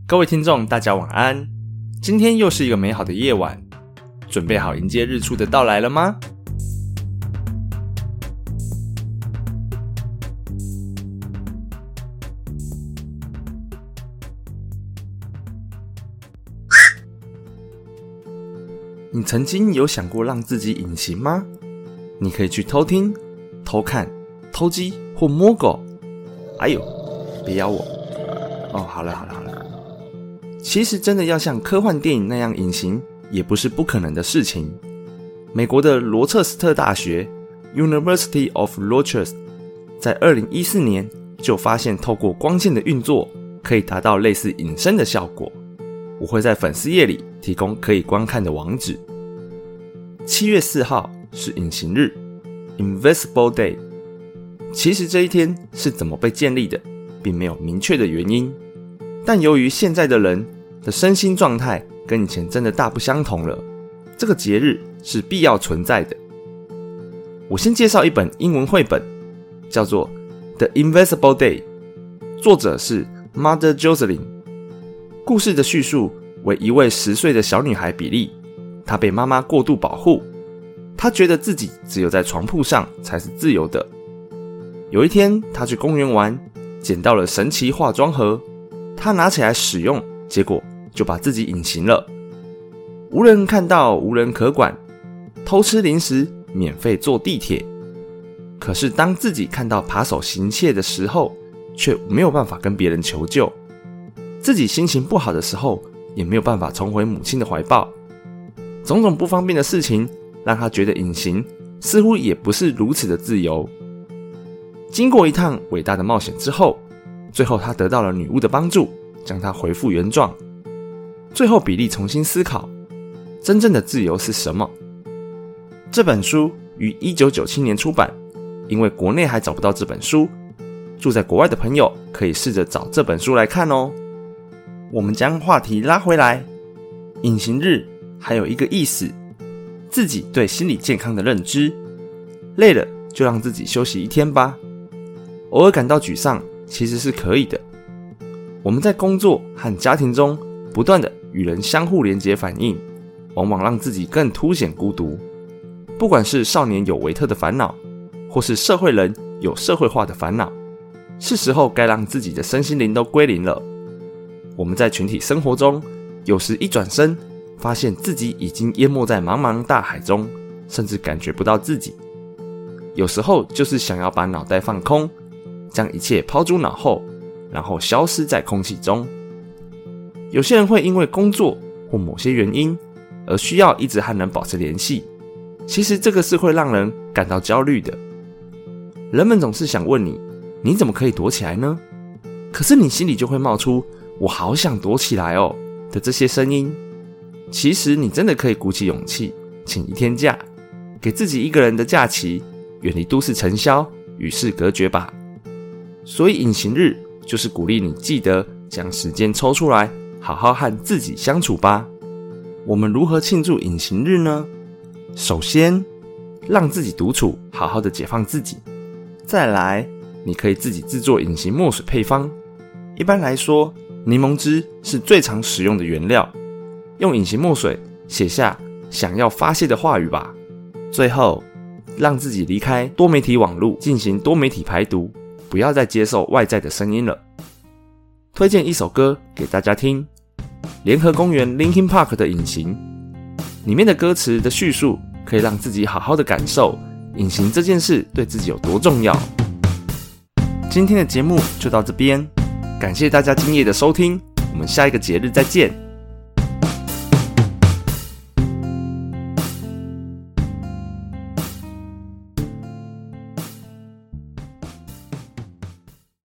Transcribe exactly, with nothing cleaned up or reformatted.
各位听众大家晚安，今天又是一个美好的夜晚，准备好迎接日出的到来了吗？你曾经有想过让自己隐形吗？你可以去偷听、偷看、偷鸡或摸狗。哎呦，别咬我！哦，好了好了好了。其实真的要像科幻电影那样隐形，也不是不可能的事情。美国的罗彻斯特大学 University of Rochester 在二零一四年就发现，透过光线的运作，可以达到类似隐身的效果。我会在粉丝页里提供可以观看的网址。七月四号是隐形日 Invisible Day。 其实这一天是怎么被建立的，并没有明确的原因，但由于现在的人的身心状态跟以前真的大不相同了，这个节日是必要存在的。我先介绍一本英文绘本，叫做 The Invisible Day， 作者是 Mother Jocelyn。 故事的叙述为一位十岁的小女孩比利，她被妈妈过度保护，她觉得自己只有在床铺上才是自由的。有一天她去公园玩，捡到了神奇化妆盒，她拿起来使用，结果就把自己隐形了。无人看到，无人可管，偷吃零食，免费坐地铁。可是当自己看到扒手行窃的时候，却没有办法跟别人求救。自己心情不好的时候，也没有办法重回母亲的怀抱。种种不方便的事情让他觉得隐形似乎也不是如此的自由。经过一趟伟大的冒险之后，最后他得到了女巫的帮助，将他恢复原状。最后比利重新思考，真正的自由是什么？这本书于一九九七年出版，因为国内还找不到这本书，住在国外的朋友可以试着找这本书来看哦。我们将话题拉回来，隐形日还有一个意思，自己对心理健康的认知。累了就让自己休息一天吧，偶尔感到沮丧其实是可以的。我们在工作和家庭中不断的与人相互连结反应，往往让自己更凸显孤独。不管是少年有维特的烦恼，或是社会人有社会化的烦恼，是时候该让自己的身心灵都归零了。我们在群体生活中，有时一转身，发现自己已经淹没在茫茫大海中，甚至感觉不到自己。有时候就是想要把脑袋放空，将一切抛诸脑后，然后消失在空气中。有些人会因为工作或某些原因，而需要一直和人保持联系。其实这个是会让人感到焦虑的。人们总是想问你，你怎么可以躲起来呢？可是你心里就会冒出我好想躲起来哦的这些声音。其实你真的可以鼓起勇气，请一天假，给自己一个人的假期，远离都市尘嚣，与世隔绝吧。所以隐形日就是鼓励你记得将时间抽出来，好好和自己相处吧。我们如何庆祝隐形日呢？首先，让自己独处，好好的解放自己。再来，你可以自己制作隐形墨水配方。一般来说，柠檬汁是最常使用的原料。用隐形墨水写下想要发泄的话语吧。最后，让自己离开多媒体网络，进行多媒体排毒，不要再接受外在的声音了。推荐一首歌给大家听，联合公园 Linkin Park 的隐形，里面的歌词的叙述可以让自己好好的感受隐形这件事对自己有多重要。今天的节目就到这边，感谢大家今夜的收听，我们下一个节日再见。